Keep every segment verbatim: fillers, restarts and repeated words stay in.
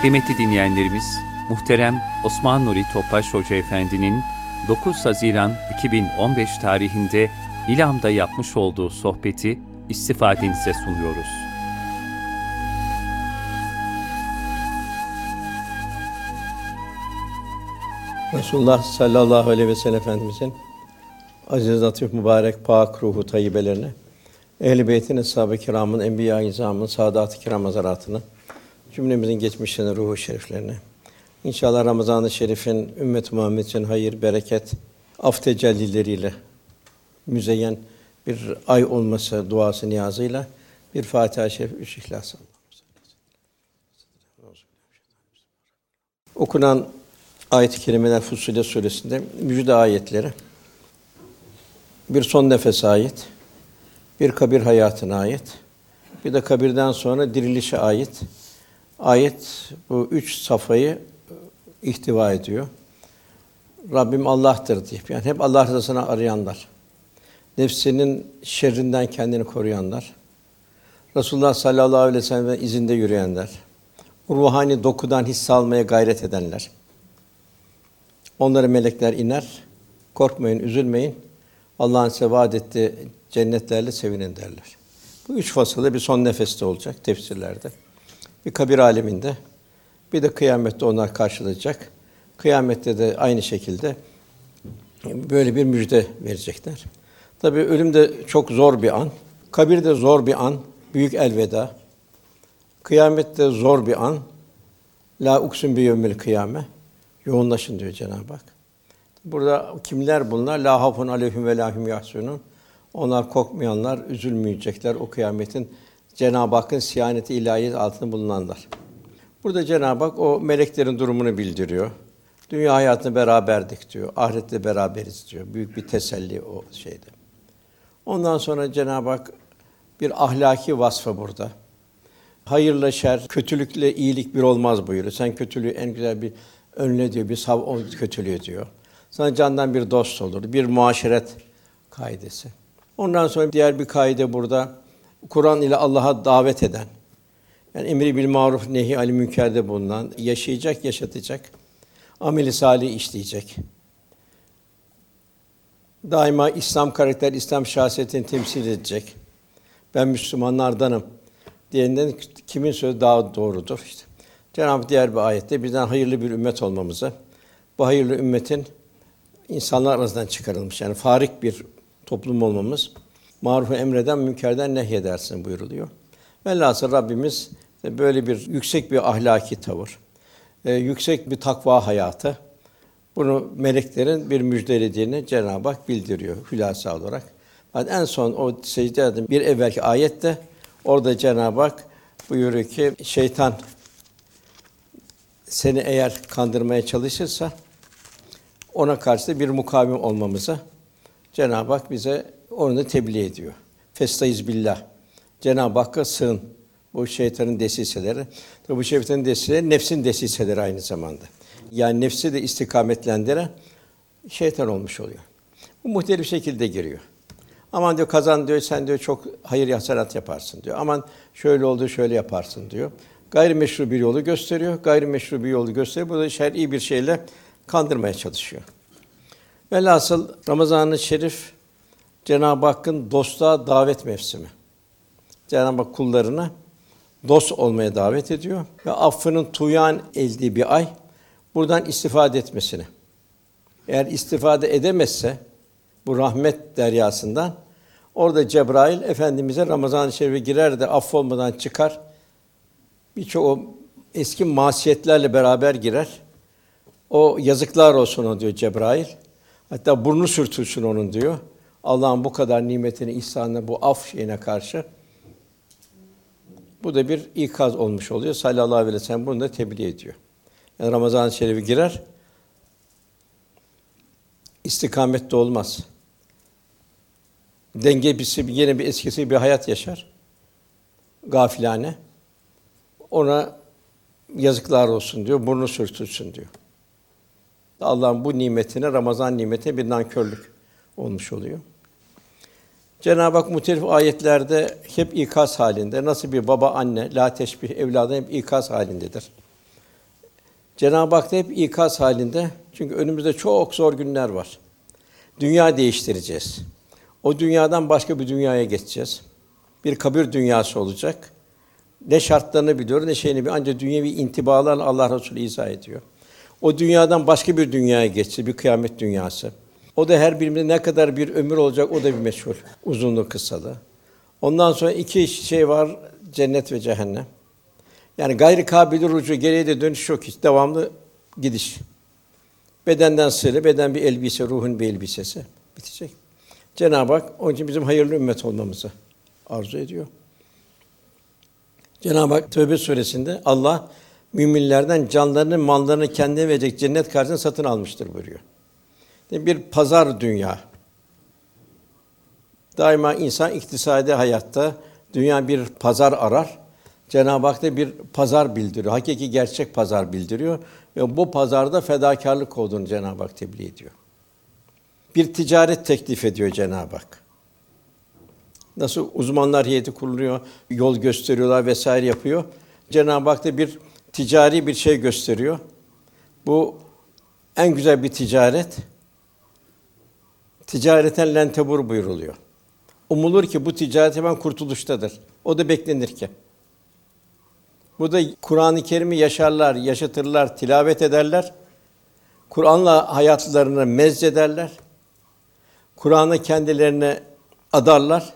Kıymetli dinleyenlerimiz, muhterem Osman Nuri Topbaş Hoca Efendi'nin dokuz Haziran iki bin on beş tarihinde İlham'da yapmış olduğu sohbeti istifadenize sunuyoruz. Resulullah sallallahu aleyhi ve sellem Efendimizin aziz, latif, mübarek, pak ruhu tayyibelerine, ehl-i beytin, eshab-ı kiramın, enbiya-i izamın, saadat-ı kiram hazaratına, cümlemizin geçmişlerine, ruhu şeriflerine, İnşallah Ramazan-ı Şerif'in ümmet-i Muhammed için hayır, bereket, af tecellileriyle müzeyyen bir ay olması duası niyazıyla bir Fatiha-i Şerif, üç İhlas. Okunan ayet-i kerimeler Fussilet Suresi'nde müjde ayetleri, bir son nefes ayet, bir kabir hayatına ayet, bir de kabirden sonra dirilişe ayet. Ayet bu üç safhayı ihtiva ediyor. Rabbim Allah'tır deyip, yani hep Allah rızasını arayanlar, nefsinin şerrinden kendini koruyanlar, Resulullah sallallahu aleyhi ve sellem'in izinde yürüyenler, ruhani dokudan hisse almaya gayret edenler. Onlara melekler iner, korkmayın, üzülmeyin, Allah'ın size vaad ettiği cennetlerle sevinin derler. Bu üç fasılda bir son nefeste olacak tefsirlerde. Bir kabir aleminde, bir de kıyamette onlar karşılayacak. Kıyamette de aynı şekilde böyle bir müjde verecekler. Tabii ölüm de çok zor bir an. Kabir de zor bir an, büyük elveda. Kıyamet de zor bir an. La uksun bi yevmil kıyame. Yoğunlaşın diyor Cenab-ı Hak. Burada kimler bunlar? La hafun aleyhim ve la hum yahzunun. Onlar korkmayanlar, üzülmeyecekler o kıyametin Cenab-ı Hakk'ın siyaneti ilahiyet altında bulunanlar. Burada Cenab-ı Hak o meleklerin durumunu bildiriyor. Dünya hayatında beraberdik diyor. Ahirette beraberiz diyor. Büyük bir teselli o şeyde. Ondan sonra Cenab-ı Hak bir ahlaki vasfı burada. Hayırla şer, kötülükle iyilik bir olmaz buyuruyor. Sen kötülüğü en güzel bir önle diyor, bir sav o kötülüğü diyor. Sana candan bir dost olur, bir muaşeret kaidesi. Ondan sonra diğer bir kaide burada, Kur'an ile Allah'a davet eden, yani emri bil maruf nehi anil münkerde bulunan, yaşayacak, yaşatacak, amel-i salih işleyecek. Daima İslam karakter, İslam şahsiyetini temsil edecek. Ben Müslümanlardanım diyenden kimin sözü daha doğrudur işte. Cenab-ı Hak diğer bir ayette bizden hayırlı bir ümmet olmamızı, bu hayırlı ümmetin insanlar arasından çıkarılmış, yani farik bir toplum olmamız, marufu emreden, münkerden nehyedersin buyuruluyor. Velhasıl Rabbimiz böyle bir yüksek bir ahlaki tavır, e, yüksek bir takva hayatı, bunu meleklerin bir müjdelediğini Cenab-ı Hak bildiriyor hülasa olarak. Yani en son o secde bir evvelki ayette orada Cenab-ı Hak buyuruyor ki şeytan seni eğer kandırmaya çalışırsa ona karşı bir mukavim olmamızı Cenab-ı Hak bize onu da tebliğ ediyor. Festaiz billah. Cenab-ı Hakk'a sığın. Bu şeytanın desiseleri. Tabi bu şeytanın desiseleri nefsin desiseleri aynı zamanda. Yani nefsi de istikametlendiren şeytan olmuş oluyor. Bu muhtelif şekilde giriyor. Aman diyor kazan diyor, sen diyor çok hayır hasenat yaparsın diyor. Aman şöyle oldu, şöyle yaparsın diyor. Gayrimeşru bir yolu gösteriyor, gayrimeşru bir yolu gösteriyor. Bu da şer'i bir şeyle kandırmaya çalışıyor. Velhasıl Ramazan-ı Şerif Cenab-ı Hakk'ın dostluğa davet mevsimi. Cenab-ı Hak kullarına dost olmaya davet ediyor ve affının tuyan eldiği bir ay. Buradan istifade etmesini. Eğer istifade edemezse bu rahmet deryasından orada Cebrail Efendimize Ramazan-ı Şerif'e girer de affolmadan çıkar. Birçok o eski masiyetlerle beraber girer. O yazıklar olsun o diyor Cebrail. Hatta burnu sürtülsün onun diyor. Allah'ın bu kadar nimetini, ihsanına, bu af şeyine karşı. Bu da bir ikaz olmuş oluyor. Sallallahu aleyhi ve sellem bunu da tebliğ ediyor. Yani Ramazan-ı Şerif'e girer, istikamette olmaz. Denge bir yine bir eskisi bir hayat yaşar. Gafilane. Ona yazıklar olsun diyor, burnu sürtülsün diyor. Allah'ın bu nimetine, Ramazan nimetine bir nankörlük olmuş oluyor. Cenab-ı Hak muhtelif ayetlerde hep ikaz halinde. Nasıl bir baba anne la teşbih evladı hep ikaz halindedir. Cenab-ı Hak da hep ikaz halinde. Çünkü önümüzde çok zor günler var. Dünya değiştireceğiz. O dünyadan başka bir dünyaya geçeceğiz. Bir kabir dünyası olacak. Ne şartlarını biliyor, ne şeyini biliyor. Ancak dünyevi intibalarla Allah Resulü izah ediyor. O dünyadan başka bir dünyaya geçeceğiz, bir kıyamet dünyası. O da her birimize ne kadar bir ömür olacak, o da bir meçhul. Uzunluğu, kısalığı. Ondan sonra iki şey var, cennet ve cehennem. Yani gayri kabil rucu, geriye de dönüş yok hiç. Devamlı gidiş. Bedenden sıyrı, beden bir elbise, ruhun bir elbisesi. Bitecek. Cenab-ı Hak onun için bizim hayırlı ümmet olmamızı arzu ediyor. Cenab-ı Hak Tevbe suresinde Allah müminlerden canlarını, mallarını kendine verecek cennet karşılığında satın almıştır buyuruyor. Bir pazar dünya. Daima insan iktisadi hayatta dünya bir pazar arar. Cenab-ı Hak da bir pazar bildiriyor. Hakiki gerçek pazar bildiriyor ve bu pazarda fedakârlık olduğunu Cenab-ı Hak tebliğ ediyor. Bir ticaret teklif ediyor Cenab-ı Hak. Nasıl uzmanlar heyeti kuruluyor, yol gösteriyorlar vesaire yapıyor. Cenab-ı Hak da bir ticari bir şey gösteriyor. Bu en güzel bir ticaret. Ticareten len tebur buyuruluyor. Umulur ki bu ticaret hemen kurtuluştadır. O da beklenir ki. Bu da Kur'an-ı Kerim'i yaşarlar, yaşatırlar, tilavet ederler. Kur'an'la hayatlarını mezcederler. Kur'an'ı kendilerine adarlar.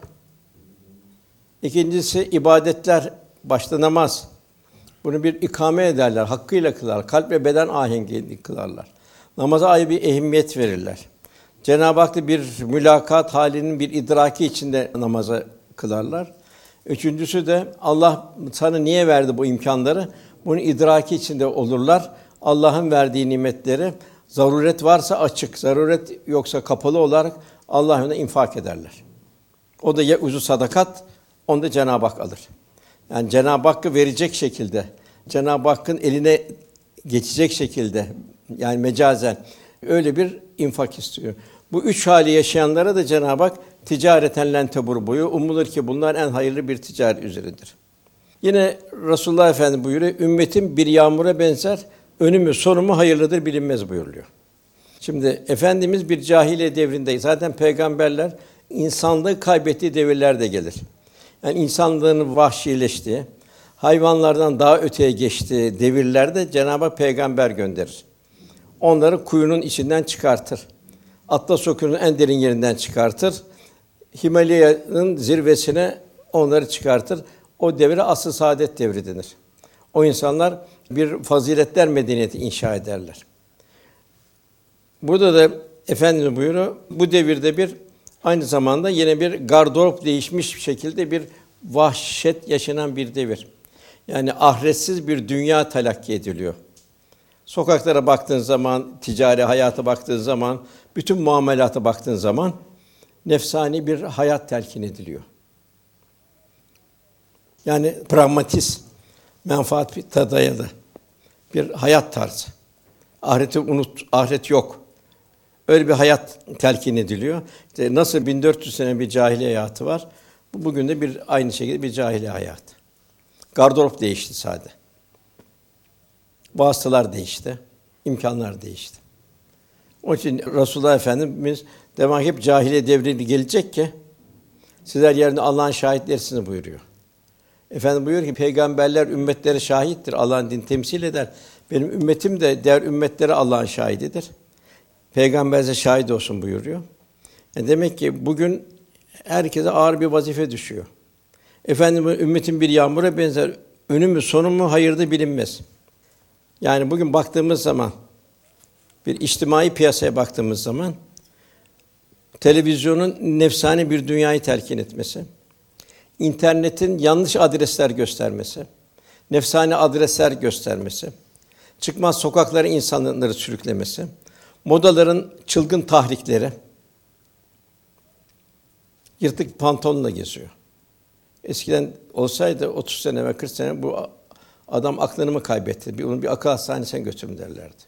İkincisi ibadetler, başta namaz. Bunu bir ikame ederler, hakkıyla kılar, kalp ve beden ahengiyle kılarlar. Namaza ayrı bir ehemmiyet verirler. Cenab-ı Hak'la bir mülakat halinin bir idraki içinde namaza kılarlar. Üçüncüsü de Allah sana niye verdi bu imkânları? Bunun idraki içinde olurlar. Allah'ın verdiği nimetleri zaruret varsa açık, zaruret yoksa kapalı olarak Allah yolunda infak ederler. O da ya uzu sadakat, onu da Cenab-ı Hak alır. Yani Cenab-ı Hakk'ı verecek şekilde, Cenab-ı Hakk'ın eline geçecek şekilde, yani mecazen öyle bir infak istiyor. Bu üç hali yaşayanlara da Cenab-ı Hak ticareten len tebur buyuruyor. Umulur ki bunlar en hayırlı bir ticaret üzeredir. Yine Resulullah Efendimiz buyuruyor, ümmetim bir yağmura benzer, önümü sonumu hayırlıdır bilinmez buyuruluyor. Şimdi Efendimiz bir cahiliye devrindeyiz. Zaten peygamberler insanlığı kaybettiği devirler de gelir. Yani insanlığın vahşileştiği, hayvanlardan daha öteye geçtiği devirlerde Cenab-ı Hak peygamber gönderir. Onları kuyunun içinden çıkartır. Atlas Okyanusu'nun en derin yerinden çıkartır. Himalaya'nın zirvesine onları çıkartır. O devre asr-ı saadet devri denir. O insanlar bir faziletler medeniyeti inşa ederler. Burada da Efendimiz buyuruyor, bu devirde bir aynı zamanda yine bir gardırop değişmiş bir şekilde bir vahşet yaşanan bir devir. Yani ahiretsiz bir dünya telakki ediliyor. Sokaklara baktığın zaman, ticari hayata baktığın zaman, bütün muamelata baktığın zaman nefsani bir hayat telkin ediliyor. Yani pragmatist, menfaat dayalı bir hayat tarzı. Ahireti unut, ahiret yok. Öyle bir hayat telkin ediliyor. İşte nasıl bin dört yüz sene bir cahiliye hayatı var, bugün de bir aynı şekilde bir cahiliye hayatı. Gardırop değişti sadece. Vasıtalar değişti, imkânlar değişti. Onun için Resulullah Efendimiz demek hep cahiliye devri gelecek ki sizler yerine Allah'ın şahitlerisiniz buyuruyor. Efendim buyuruyor ki peygamberler ümmetleri şahittir. Allah'ın din temsil eder. Benim ümmetim de diğer ümmetlere Allah'ın şahididir. Peygamber de şahit olsun buyuruyor. Yani demek ki bugün herkese ağır bir vazife düşüyor. Efendim ümmetin bir yağmura benzer, önü mü sonu mu hayırda bilinmez. Yani bugün baktığımız zaman bir içtimai piyasaya baktığımız zaman televizyonun nefsani bir dünyayı telkin etmesi, internetin yanlış adresler göstermesi, nefsani adresler göstermesi, çıkmaz sokaklara insanları sürüklemesi, modaların çılgın tahrikleri, yırtık pantolonla geziyor. Eskiden olsaydı otuz sene ve kırk sene bu adam aklını mı kaybetti? Bir onu bir akıl hastanesine götürün derlerdi.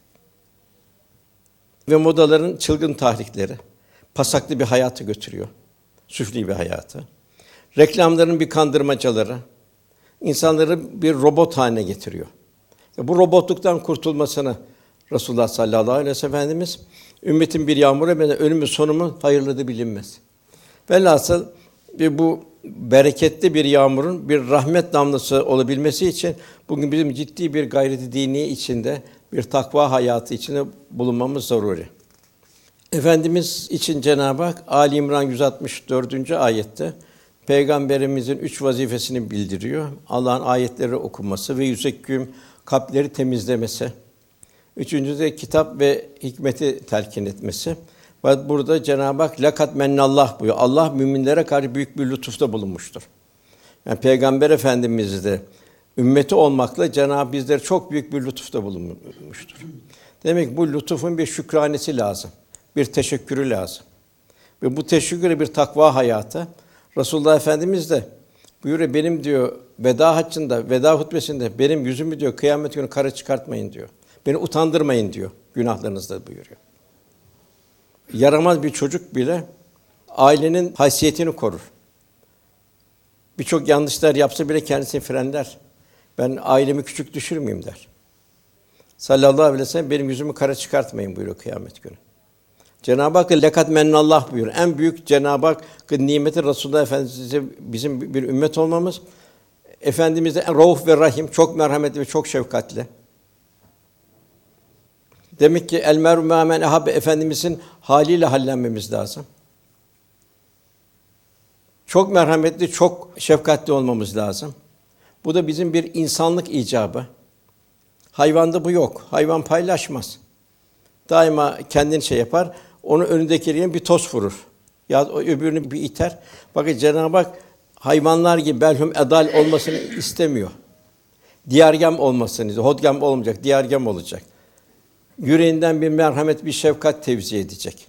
Ve modaların çılgın tahrikleri pasaklı bir hayatı götürüyor. Süfli bir hayatı. Reklamların bir kandırmacaları insanları bir robot haline getiriyor. Bu robotluktan kurtulmasını Resulullah sallallahu aleyhi ve sellem Efendimiz, ümmetin bir yağmura benzer, ölümü sonumu hayırlıdır bilinmez. Velhasıl ve bu bereketli bir yağmurun bir rahmet damlası olabilmesi için bugün bizim ciddi bir gayreti dini içinde, bir takva hayatı içinde bulunmamız zaruri. Efendimiz için Cenab-ı Hak Ali İmran yüz altmış dördüncü ayette Peygamberimizin üç vazifesini bildiriyor. Allah'ın ayetleri okunması ve yüzekküm kalpleri temizlemesi. Üçüncüsü de kitap ve hikmeti telkin etmesi. Ve burada Cenab-ı Hak lakat mennallah buyuruyor. Allah müminlere karşı büyük bir lütufta bulunmuştur. Yani Peygamber Efendimiz de ümmeti olmakla Cenab-ı bizlere çok büyük bir lütufta bulunmuştur. Demek ki bu lütufun bir şükranesi lazım. Bir teşekkürü lazım. Ve bu teşekkürü bir takva hayatı. Resulullah Efendimiz de buyuruyor, benim diyor veda haccında, veda hutbesinde benim yüzümü diyor kıyamet günü kara çıkartmayın diyor. Beni utandırmayın diyor günahlarınızda buyuruyor. Yaramaz bir çocuk bile ailenin haysiyetini korur. Birçok yanlışlar yapsa bile kendisini frenler. Ben ailemi küçük düşürmeyeyim der. Sallallahu aleyhi ve sellem benim yüzümü kara çıkartmayın buyuruyor kıyamet günü. Cenab-ı Hak lekat mennallah buyuruyor. En büyük Cenab-ı Hakk'ın nimeti Resulullah Efendimiz'e bizim bir ümmet olmamız. Efendimiz de Rauf ve Rahim, çok merhametli ve çok şefkatli. Demek ki el meru ma men ahabbe Efendimiz'in haliyle hallenmemiz lazım. Çok merhametli, çok şefkatli olmamız lazım. Bu da bizim bir insanlık icabı. Hayvanda bu yok. Hayvan paylaşmaz. Daima kendini şey yapar. Onun önündekilerine bir toz vurur. Ya öbürünü bir iter. Bakın Cenab-ı Hak hayvanlar gibi belhum edal olmasını istemiyor. Diyargem olmasını istiyor. Hodgam olmayacak, diyargem olacak. Yüreğinden bir merhamet, bir şefkat tevzi edecek.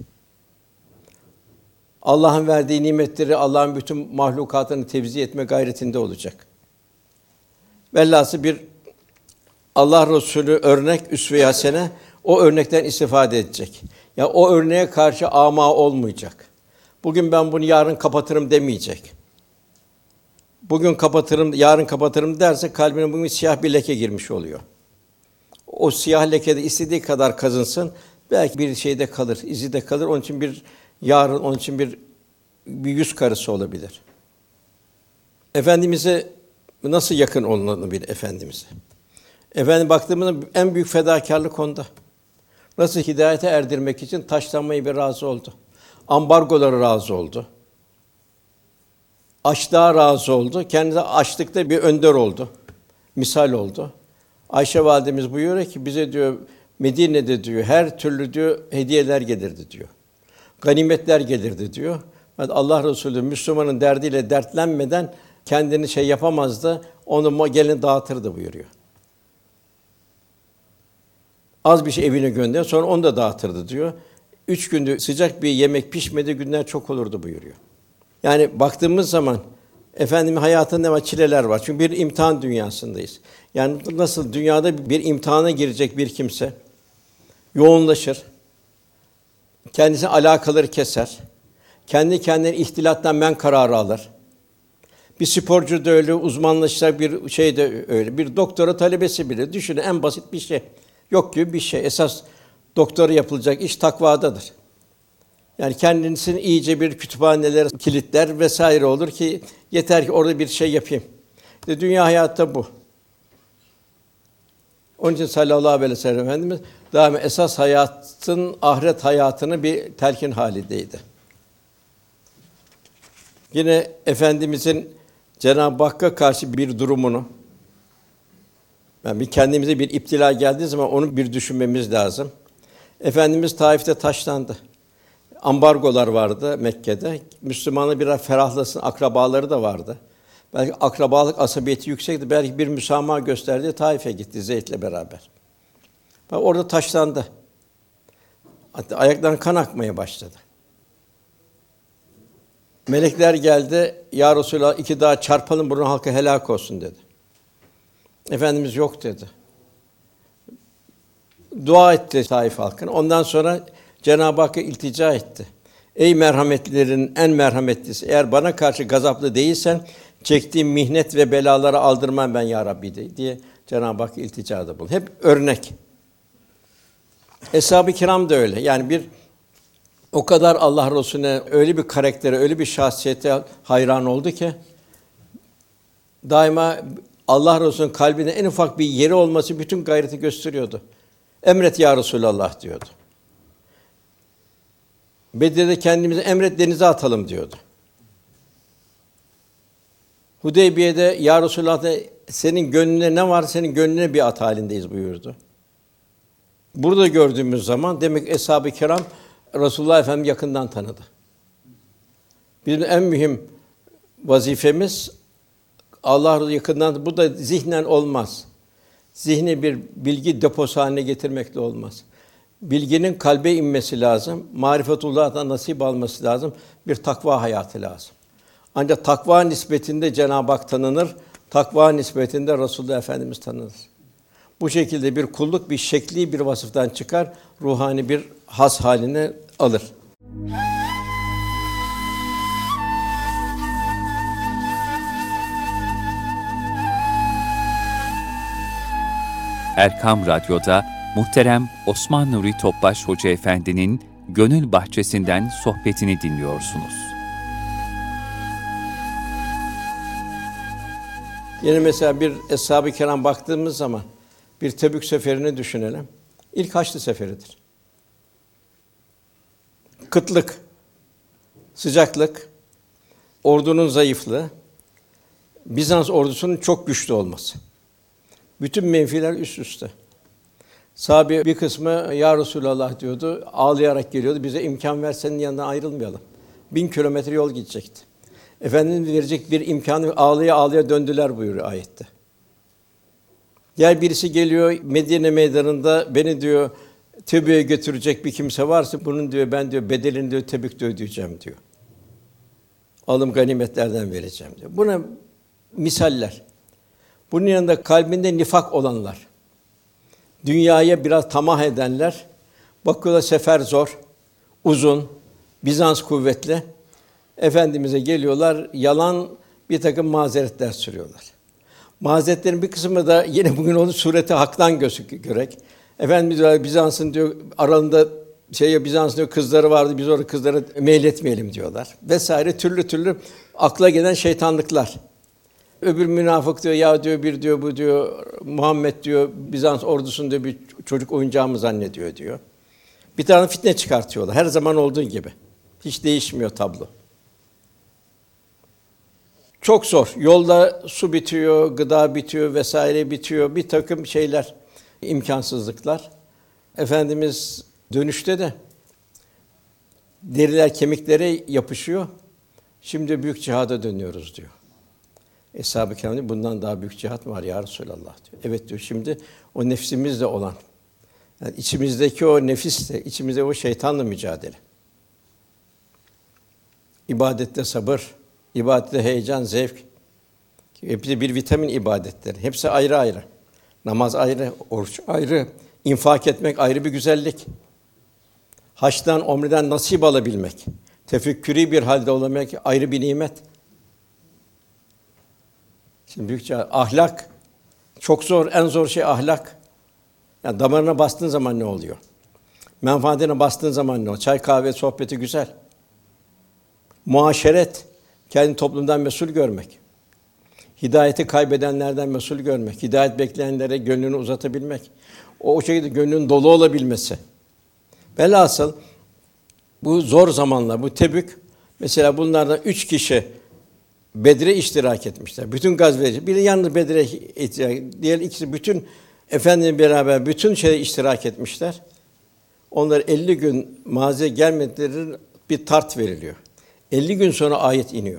Allah'ın verdiği nimetleri, Allah'ın bütün mahlukatını tevzi etme gayretinde olacak. Velhâsıl bir Allah Resulü örnek, üsve-i hasene, o örnekten istifade edecek. Ya o örneğe karşı âmâ olmayacak. Bugün ben bunu yarın kapatırım demeyecek. Bugün kapatırım, yarın kapatırım derse kalbine bugün siyah bir leke girmiş oluyor. O siyah lekede istediği kadar kazınsın, belki bir şeyde kalır, izi de kalır. Onun için bir yarın, onun için bir bir yüz karısı olabilir. Efendimize nasıl yakın olunabilir Efendimize? Efendim baktığımızda en büyük fedakârlık onda. Nasıl hidayete erdirmek için taşlanmayı bir razı oldu. Ambargolara razı oldu. Açlığa razı oldu. Kendisi açlıkta bir önder oldu. Misal oldu. Ayşe validemiz buyuruyor ki bize diyor Medine'de diyor her türlü diyor hediyeler gelirdi diyor. Ganimetler gelirdi diyor. Allah Resulü Müslümanın derdiyle dertlenmeden kendini şey yapamazdı. Onu gelin dağıtırdı buyuruyor. Az bir şey evine gönder, sonra onu da dağıtırdı diyor. Üç günde sıcak bir yemek pişmedi, günler çok olurdu buyuruyor. Yani baktığımız zaman Efendimiz hayatında ne var? Çileler var. Çünkü bir imtihan dünyasındayız. Yani nasıl dünyada bir imtihana girecek bir kimse yoğunlaşır, kendisine alakaları keser, kendi kendine ihtilattan men kararı alır. Bir sporcu da öyle, uzmanlaşacak bir şey de öyle. Bir doktora talebesi bile düşünün en basit bir şey. Yok gibi bir şey. Esas doktora yapılacak iş takvadadır. Yani kendisini iyice bir kütüphanelere kilitler vesaire olur ki yeter ki orada bir şey yapayım. İşte dünya hayatta bu. Onun için sallallahu aleyhi ve sellem Efendimiz daima esas hayatın ahiret hayatını bir telkin halindeydi. Yine Efendimizin Cenab-ı Hakk'a karşı bir durumunu, yani bir kendimize bir iptila geldiği zaman onu bir düşünmemiz lazım. Efendimiz Taif'te taşlandı. Ambargolar vardı Mekke'de. Müslümanlar biraz ferahlasın, akrabaları da vardı. Belki akrabalık asabiyeti yüksekti. Belki bir müsamaha gösterdi, Taif'e gitti Zeyd'le beraber. Bak orada taşlandı. Hatta ayaklarından kan akmaya başladı. Melekler geldi, ya Resulallah iki daha çarpalım bunun halkı helak olsun dedi. Efendimiz yok dedi. Dua etti Taif halkına. Ondan sonra Cenab-ı Hakk'a iltica etti. Ey merhametlilerin en merhametlisi, eğer bana karşı gazaplı değilsen çektiğim mihnet ve belalara aldırmam ben ya Rabbi diye Cenab-ı Hak ilticada bulun. Hep örnek. Eshab-ı kiram da öyle. Yani bir o kadar Allah Resulüne öyle bir karaktere, öyle bir şahsiyete hayran oldu ki daima Allah Resulü'nün kalbinde en ufak bir yeri olması bütün gayreti gösteriyordu. Emret ya Resulallah diyordu. Bedir'de kendimizi emret denize atalım diyordu. Hudeybiye'de ya Resulallah senin gönlüne ne var senin gönlüne bir at halindeyiz buyurdu. Burada gördüğümüz zaman demek eshab-ı kiram Resulullah Efendimiz yakından tanıdı. Bizim en mühim vazifemiz Allah'ı yakından, bu da zihnen olmaz. Zihni bir bilgi deposu haline getirmekle olmaz. Bilginin kalbe inmesi lazım, marifetullah'tan nasip alması lazım, bir takva hayatı lazım. Ancak takva nispetinde Cenab-ı Hak tanınır, takva nispetinde Resulullah Efendimiz tanınır. Bu şekilde bir kulluk, bir şekli bir vasıftan çıkar, ruhani bir has haline alır. Erkam Radyo'da muhterem Osman Nuri Topbaş Hoca Efendi'nin Gönül Bahçesi'nden sohbetini dinliyorsunuz. Yine mesela bir eshab-ı kiram baktığımız zaman bir Tebük seferini düşünelim. İlk Haçlı seferidir. Kıtlık, sıcaklık, ordunun zayıflığı, Bizans ordusunun çok güçlü olması. Bütün menfiler üst üste. Sahabe bir kısmı ya Resulallah diyordu, ağlayarak geliyordu. Bize imkan ver senin yanından ayrılmayalım. Bin kilometre yol gidecekti. Efendimiz verecek bir imkanı ağlaya ağlaya döndüler buyuruyor ayette. Diğer birisi geliyor Medine meydanında beni diyor Tebük'e götürecek bir kimse varsa bunun diyor ben diyor bedelini diyor Tebük'te ödeyeceğim diyor. Alım ganimetlerden vereceğim diyor. Buna misaller. Bunun yanında kalbinde nifak olanlar, dünyaya biraz tamah edenler, bakıyorlar sefer zor, uzun, Bizans kuvvetli. Efendimiz'e geliyorlar, yalan bir takım mazeretler sürüyorlar. Mazeretlerin bir kısmı da yine bugün onun sureti haktan görerek, Efendimiz diyor, Bizans'ın diyor aralarında şey Bizans'ın diyor kızları vardı, biz orada kızlara meyletmeyelim diyorlar vesaire türlü türlü akla gelen şeytanlıklar. Öbür münafık diyor ya diyor bir diyor bu diyor Muhammed diyor Bizans ordusunda bir çocuk oyuncağı mı zannediyor diyor. Bir tane fitne çıkartıyorlar. Her zaman olduğu gibi. Hiç değişmiyor tablo. Çok zor. Yolda su bitiyor, gıda bitiyor vesaire bitiyor. Bir takım şeyler, imkansızlıklar. Efendimiz dönüşte de deriler kemiklere yapışıyor. Şimdi büyük cihada dönüyoruz diyor. Eshab-ı Kiram diyor, bundan daha büyük cihat mı var ya Resulallah diyor. Evet diyor, şimdi o nefsimizle olan, yani içimizdeki o nefisle, içimizde o şeytanla mücadele. İbadette sabır, ibadette heyecan, zevk. Hepsi bir vitamin ibadetleri. Hepsi ayrı ayrı. Namaz ayrı, oruç ayrı, infak etmek ayrı bir güzellik. Haçtan, umreden nasip alabilmek, tefekkürî bir halde olabilmek ayrı bir nimet. Şimdi büyükçe ahlak çok zor, en zor şey ahlak. Yani damarına bastığın zaman ne oluyor? Menfaatine bastığın zaman ne oluyor? Çay, kahve, sohbeti güzel. Muaşeret, kendi toplumdan mesul görmek. Hidayeti kaybedenlerden mesul görmek. Hidayet bekleyenlere gönlünü uzatabilmek. O, o şekilde gönlünün dolu olabilmesi. Velhasıl bu zor zamanlar, bu Tebük, mesela bunlardan üç kişi Bedir'e iştirak etmişler. Bütün gazveci, biri yalnız Bedir'e iştirak, diğer ikisi bütün Efendimizle beraber bütün şeye iştirak etmişler. Onlar elli gün maziye gelmedileri bir tart veriliyor. elli gün sonra ayet iniyor.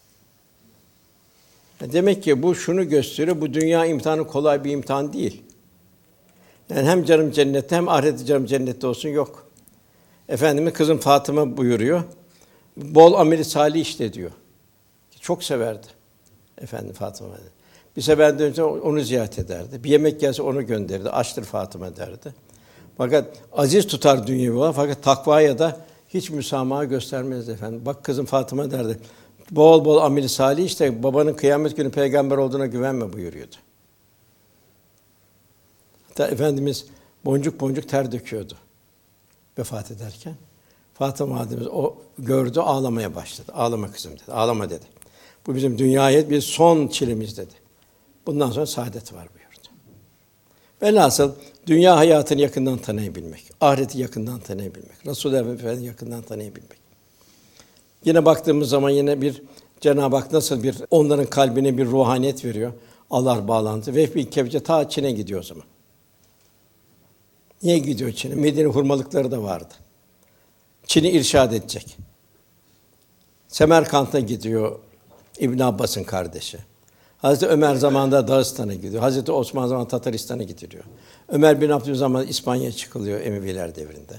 Demek ki bu şunu gösteriyor, bu dünya imtihanı kolay bir imtihan değil. Yani hem canım cennette hem ahirette canım cennette olsun yok. Efendimiz kızım Fatıma buyuruyor. Bol ameli salih işte diyor. Çok severdi efendim Fatıma. Bir sefer dönünce onu ziyaret ederdi. Bir yemek gelse onu gönderirdi. Açtır Fatıma derdi. Fakat aziz tutar dünyevi olan fakat takvaya da hiç müsamaha göstermezdi efendim. Bak kızım Fatıma derdi. Bol bol amel-i salih işte babanın kıyamet günü peygamber olduğuna güvenme buyuruyordu. Hatta Efendimiz boncuk boncuk ter döküyordu vefat ederken. Fatıma validemiz o gördü, ağlamaya başladı. Ağlama kızım dedi. Ağlama dedi. Bu bizim dünyaya bir son çilemiz dedi. Bundan sonra saadet var buyurdu. Velhasıl dünya hayatını yakından tanıyabilmek, ahireti yakından tanıyabilmek, Resulullah Efendimiz'i yakından tanıyabilmek. Yine baktığımız zaman yine bir Cenab-ı Hak nasıl bir onların kalbine bir ruhaniyet veriyor. Allah bağlantı. Vehbi Kevce ta Çin'e gidiyor o zaman. Niye gidiyor Çin'e? Medine hurmalıkları da vardı. Çin'i irşad edecek. Semerkant'a gidiyor İbn Abbas'ın kardeşi. Hazreti Ömer zamanında Dağıstan'a gidiyor. Hazreti Osman zamanında Tataristan'a gidiliyor. Ömer bin Abdülaziz zamanında İspanya'ya çıkılıyor Emeviler devrinde.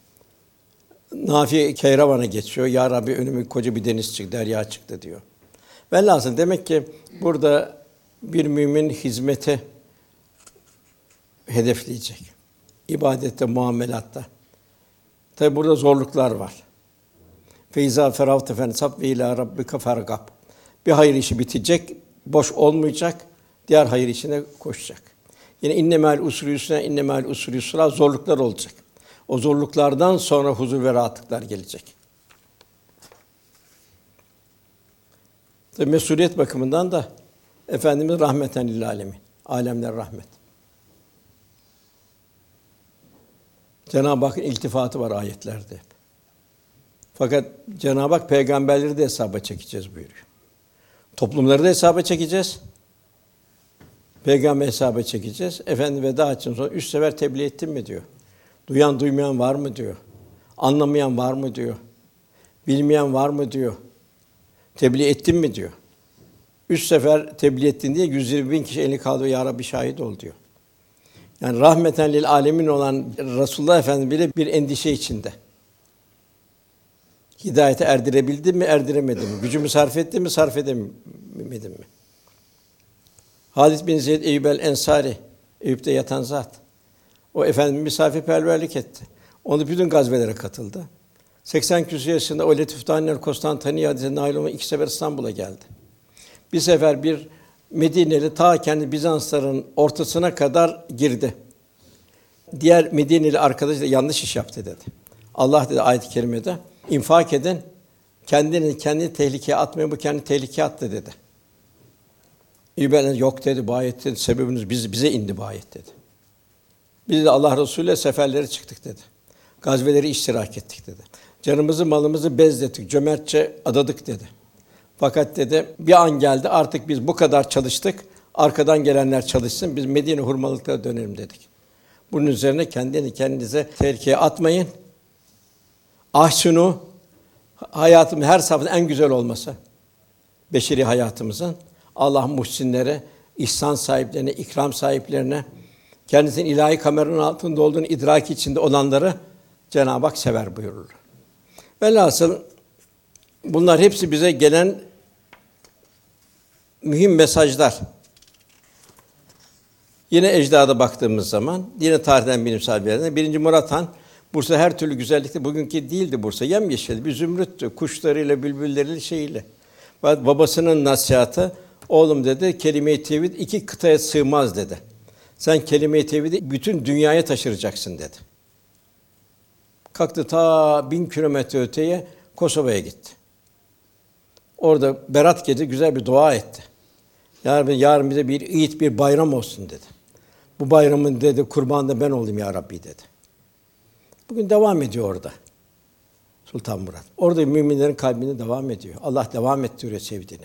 Nafi Keyravan'a geçiyor. Ya Rabbi önüme koca bir deniz çıktı, derya çıktı diyor. Velhasıl demek ki burada bir mümin hizmete hedefleyecek. İbadette, muamelatta. Tabi burada zorluklar var. Feyza feravte fensab ve ila rabbike fergab. Bir hayır işi bitecek, boş olmayacak, diğer hayır işine koşacak. Yine innemel usri yusra, innemel usri yusra zorluklar olacak. O zorluklardan sonra huzur ve rahatlıklar gelecek. Tabii mesuliyet bakımından da Efendimiz rahmeten lil âlemin. Âlemler rahmet. Cenab-ı Hakk'ın iltifatı var ayetlerde hep. Fakat Cenab-ı Hak peygamberleri de hesaba çekeceğiz buyuruyor. Toplumları da hesaba çekeceğiz. Peygamber hesaba çekeceğiz. Efendi veda için sonra üç sefer tebliğ ettin mi diyor. Duyan duymayan var mı diyor. Anlamayan var mı diyor. Bilmeyen var mı diyor. Tebliğ ettin mi diyor. Üç sefer tebliğ ettin diye yüz yirmi bin kişi elini kaldırıyor. Ya Rabbi şahit ol diyor. Yani rahmeten lil âlemin olan Resulullah Efendimiz bile bir endişe içinde. Hidayete erdirebildim mi, erdiremedim mi? Gücümü sarf ettim mi, sarf edemedim mi? Halid bin Zeyd Eyyub el-Ensari, Eyüp'te yatan zat. O efendim misafirperverlik etti. Onu bütün gazvelere katıldı. seksen küsur yaşında o Letüftanler Konstantiniye hadisine nail olma iki sefer İstanbul'a geldi. Bir sefer bir Medineli ta kendi Bizansların ortasına kadar girdi. Diğer Medineli arkadaşı da yanlış iş yaptı dedi. Allah dedi ayet-i kerimede infak edin, kendini kendi tehlikeye atmayın, bu kendi tehlikeye attı dedi. İbn yok dedi, bu ayetin sebebiniz biz bize indi bu ayet dedi. Biz de Allah Resulü'yle seferlere çıktık dedi. Gazveleri iştirak ettik dedi. Canımızı, malımızı bezlettik, cömertçe adadık dedi. Fakat dedi bir an geldi artık biz bu kadar çalıştık, arkadan gelenler çalışsın, biz Medine hurmalıklara dönelim dedik. Bunun üzerine kendini kendinize tehlikeye atmayın. Ahsunu hayatın her safhada en güzel olması beşeri hayatımızın Allah muhsinlere, ihsan sahiplerine, ikram sahiplerine, kendisinin ilahi kameranın altında olduğunu idrak içinde olanları Cenab-ı Hak sever buyurur. Velhasıl bunlar hepsi bize gelen mühim mesajlar. Yine ecdada baktığımız zaman, yine tarihten bilimsel bir yerden, birinci Murat Han, Bursa her türlü güzellikte, bugünkü değildi Bursa, yemyeşildi, bir zümrüttü, kuşlarıyla, bülbülleriyle, şeyiyle. Babasının nasihatı, oğlum dedi, kelime-i tevhid iki kıtaya sığmaz dedi. Sen kelime-i tevhidi bütün dünyaya taşıracaksın dedi. Kalktı ta bin kilometre öteye Kosova'ya gitti. Orada Berat Gece güzel bir dua etti. Yarın, yarın bize bir iyit bir bayram olsun dedi. Bu bayramın dedi kurbanı da ben olayım ya Rabbi dedi. Bugün devam ediyor orada. Sultan Murat. Orada müminlerin kalbinde devam ediyor. Allah devam ettiriyor sevdiğini.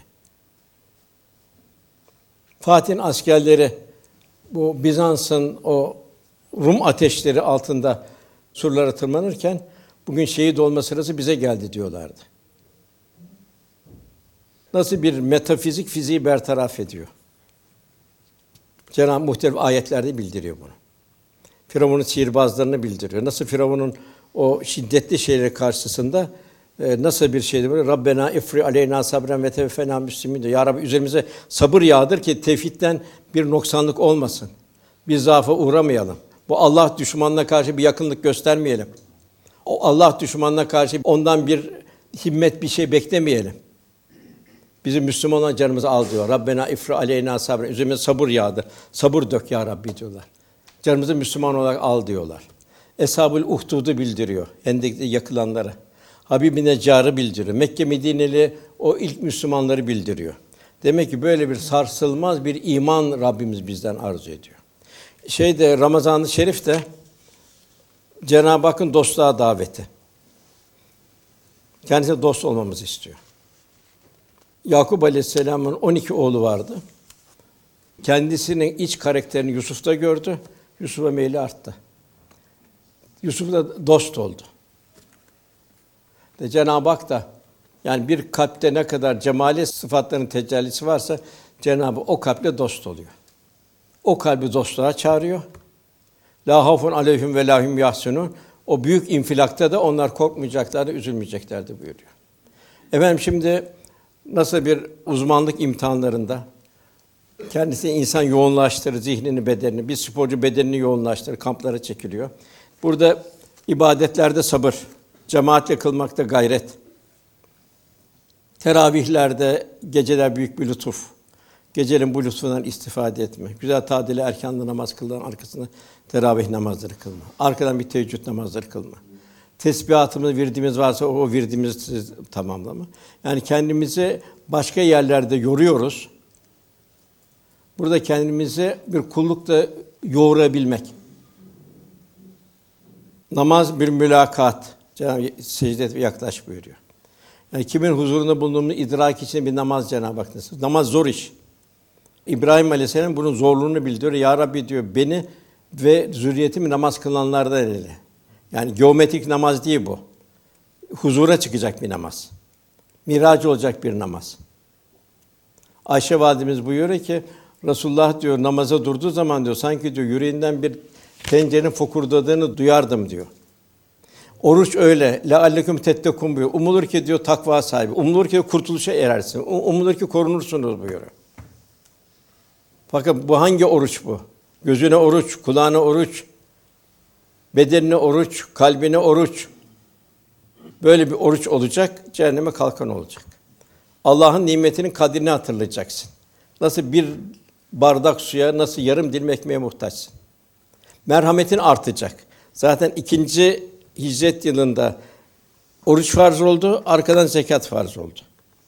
Fatih'in askerleri bu Bizans'ın o Rum ateşleri altında surlara tırmanırken bugün şehit olma sırası bize geldi diyorlardı. Nasıl bir metafizik fiziği bertaraf ediyor. Cenab-ı muhtelif ayetlerde bildiriyor bunu. Firavun'un sihirbazlarını bildiriyor. Nasıl Firavun'un o şiddetli şeyleri karşısında e, nasıl bir şeydi böyle Rabbena ifri aleyna sabren ve tevfena müslimin diyor. Ya Rabbi üzerimize sabır yağdır ki tevhidden bir noksanlık olmasın. Bir zaafa uğramayalım. Bu Allah düşmanına karşı bir yakınlık göstermeyelim. O Allah düşmanına karşı ondan bir himmet, bir şey beklemeyelim. Bizim Müslüman olan canımızı al diyor. Rabbena ifra aleyna sabren. Üzerimize sabır yağdı. Sabır dök ya Rabbi diyorlar. Canımızı Müslüman olarak al diyorlar. Eshab-ül Uhdud'u bildiriyor. Hendek'te yakılanlara. Habib-i Neccar'ı bildiriyor. Mekke Medineli o ilk Müslümanları bildiriyor. Demek ki böyle bir sarsılmaz bir iman Rabbimiz bizden arzu ediyor. Şeyde Ramazan-ı Şerif'te Cenab-ı Hakk'ın dostluğa daveti. Kendisine dost olmamızı istiyor. Yakup Aleyhisselam'ın on iki oğlu vardı. Kendisinin iç karakterini Yusuf'ta gördü. Yusuf'a meyli arttı. Yusuf'la dost oldu. De Cenab-ı Hak da yani bir kalpte ne kadar cemali sıfatların tecellisi varsa Cenab-ı Hak o kalple dost oluyor. O kalbi dostluğa çağırıyor. La havfun aleyhim ve lahum yahsunun. O büyük infilakta da onlar korkmayacaklardı, üzülmeyeceklerdi buyuruyor. Efendim şimdi nasıl bir uzmanlık imtihanlarında kendisi insan yoğunlaştırır zihnini, bedenini, bir sporcu bedenini yoğunlaştırır, kamplara çekiliyor. Burada ibadetlerde sabır, cemaatle kılmakta gayret, teravihlerde geceler büyük bir lütuf, gecenin bu lütfundan istifade etme, güzel tadili erkanlı namaz kılan arkasında teravih namazları kılma, arkadan bir teheccüd namazları kılma. Tesbihatımız, virdimiz varsa o virdimizi tamamlama. Yani kendimizi başka yerlerde yoruyoruz. Burada kendimizi bir kullukla yoğurabilmek. Namaz bir mülakat. Cenab-ı Hak secde et ve yaklaş buyuruyor. Yani kimin huzurunda bulunduğumuzu idrak için bir namaz Cenab-ı Hak nasıl? Namaz zor iş. İbrahim Aleyhisselam bunun zorluğunu bildiriyor. Ya Rabbi diyor beni ve zürriyetimi namaz kılanlardan eyle. Yani geometrik namaz değil bu. Huzura çıkacak bir namaz. Miraç olacak bir namaz. Ayşe validemiz buyuruyor ki Resulullah diyor namaza durduğu zaman diyor sanki diyor yüreğinden bir tencerenin fokurdadığını duyardım diyor. Oruç öyle. Leallekum tettekun buyuruyor. Umulur ki diyor takva sahibi. Umulur ki kurtuluşa erersin. Umulur ki korunursunuz buyuruyor. Fakat bu hangi oruç bu? Gözüne oruç, kulağına oruç, bedenine oruç, kalbine oruç. Böyle bir oruç olacak, cehenneme kalkan olacak. Allah'ın nimetinin kadrini hatırlayacaksın. Nasıl bir bardak suya, nasıl yarım dilim ekmeğe muhtaçsın. Merhametin artacak. Zaten ikinci hicret yılında oruç farz oldu, arkadan zekat farz oldu.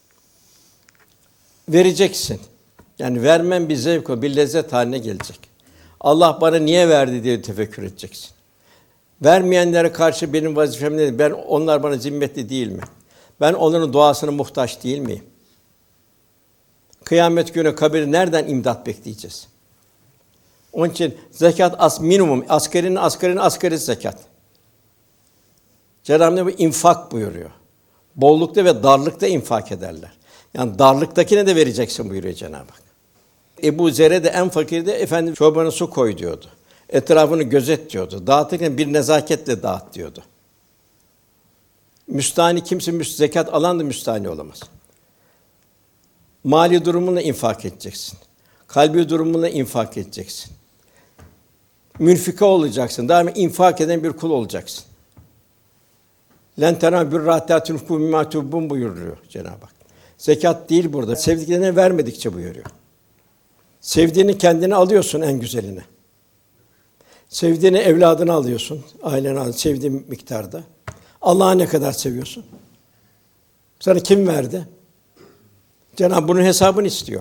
Vereceksin. Yani vermen bir zevk o, bir lezzet haline gelecek. Allah bana niye verdi diye tefekkür edeceksin. Vermeyenlere karşı benim vazifem nedir? Ben onlar bana zimmetli değil mi? Ben onların duasına muhtaç değil miyim? Kıyamet günü kabiri nereden imdat bekleyeceğiz? Onun için zekat as minimum, askerinin askerinin asgari zekat. Cenab-ı Hak infak buyuruyor. Bollukta ve darlıkta infak ederler. Yani darlıktakine de vereceksin buyuruyor Cenab-ı Hak. Ebu Zer'e de en fakir de efendim çorbana su koy diyordu. Etrafını gözet diyordu. Dağıtırken bir nezaketle dağıt diyordu. Müstahni kimse zekat alan da müstahni olamaz. Mali durumuna infak edeceksin. Kalbi durumuna infak edeceksin. Münfika olacaksın. Daima infak eden bir kul olacaksın. Len tena bir rahatâ mimâ tuhibbûn buyuruyor Cenab-ı Hak. Zekat değil burada. Sevdiklerine vermedikçe buyuruyor. Sevdiğini kendine alıyorsun en güzelini. Sevdiğini evladını alıyorsun, aileni al, sevdiğin miktarda. Allah'ı ne kadar seviyorsun? Sana kim verdi? Cenab-ı Hak bunun hesabını istiyor.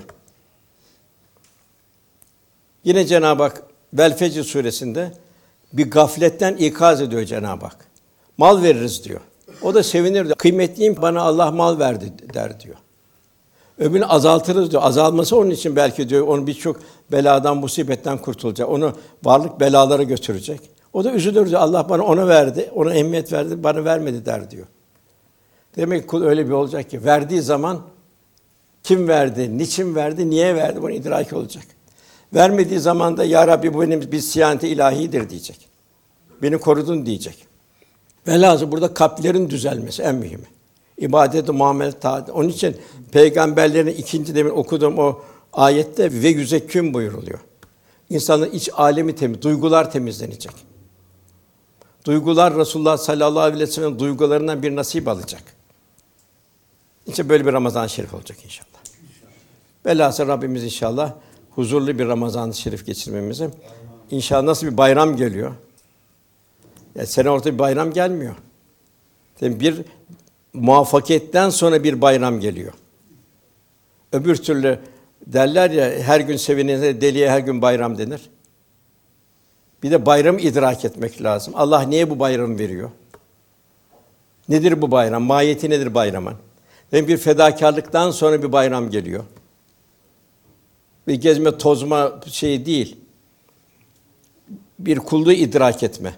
Yine Cenab-ı Hak Vel Fecr suresinde bir gafletten ikaz ediyor Cenab-ı Hak. Mal veririz diyor. O da sevinir diyor. Kıymetliyim bana Allah mal verdi der diyor. Öbürünü azaltırız diyor. Azalması onun için belki diyor onu birçok beladan, musibetten kurtulacak. Onu varlık belalara götürecek. O da üzülür diyor. Allah bana ona verdi, ona emniyet verdi, bana vermedi der diyor. Demek ki kul öyle bir olacak ki verdiği zaman kim verdi, niçin verdi, niye verdi bunu idrak olacak. Vermediği zaman da ya Rabbi bu benim bir siyaneti ilahidir diyecek. Beni korudun diyecek. Velhâsıl burada kalplerin düzelmesi en mühimi. İbadet-i muamelet taat. Onun için peygamberlerin ikinci demin okuduğum o ayette ve yüzekküm buyuruluyor. İnsanın iç alemi temiz, duygular temizlenecek. Duygular Resulullah sallallahu aleyhi ve sellem duygularından bir nasip alacak. İşte böyle bir Ramazan-ı Şerif olacak inşallah. Velhâsıl Rabbimiz inşallah huzurlu bir Ramazan-ı Şerif geçirmemizi. İnşallah nasıl bir bayram geliyor? Ya sene orta bir bayram gelmiyor. Yani bir muvaffakiyetten sonra bir bayram geliyor. Öbür türlü derler ya her gün sevinene deliye her gün bayram denir. Bir de bayramı idrak etmek lazım. Allah niye bu bayramı veriyor? Nedir bu bayram? Mahiyeti nedir bayramın? Yani bir fedakarlıktan sonra bir bayram geliyor. Bir gezme tozma şey değil. Bir kulluğu idrak etme.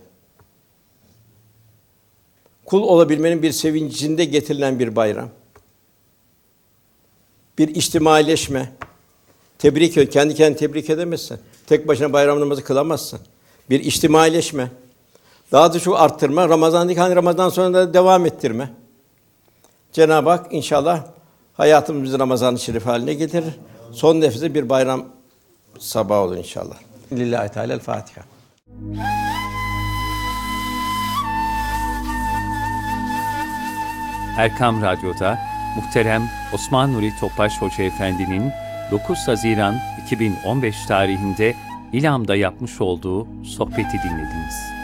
Kul olabilmenin bir sevincinde getirilen bir bayram. Bir içtimaileşme. Tebrik et, kendi kendini tebrik edemezsin. Tek başına bayram namazı kılamazsın. Bir içtimaileşme. Daha da çok arttırma. Ramazan'daki hani Ramazan sonra da devam ettirme. Cenab-ı Hak inşallah hayatımızı Ramazan-ı Şerif haline getirir. Son nefeste bir bayram sabahı olur inşallah. Lillahi Teala Fatiha. Erkam Radyo'da muhterem Osman Nuri Topbaş Hoca Efendi'nin dokuz Haziran iki bin on beş tarihinde İlam'da yapmış olduğu sohbeti dinlediniz.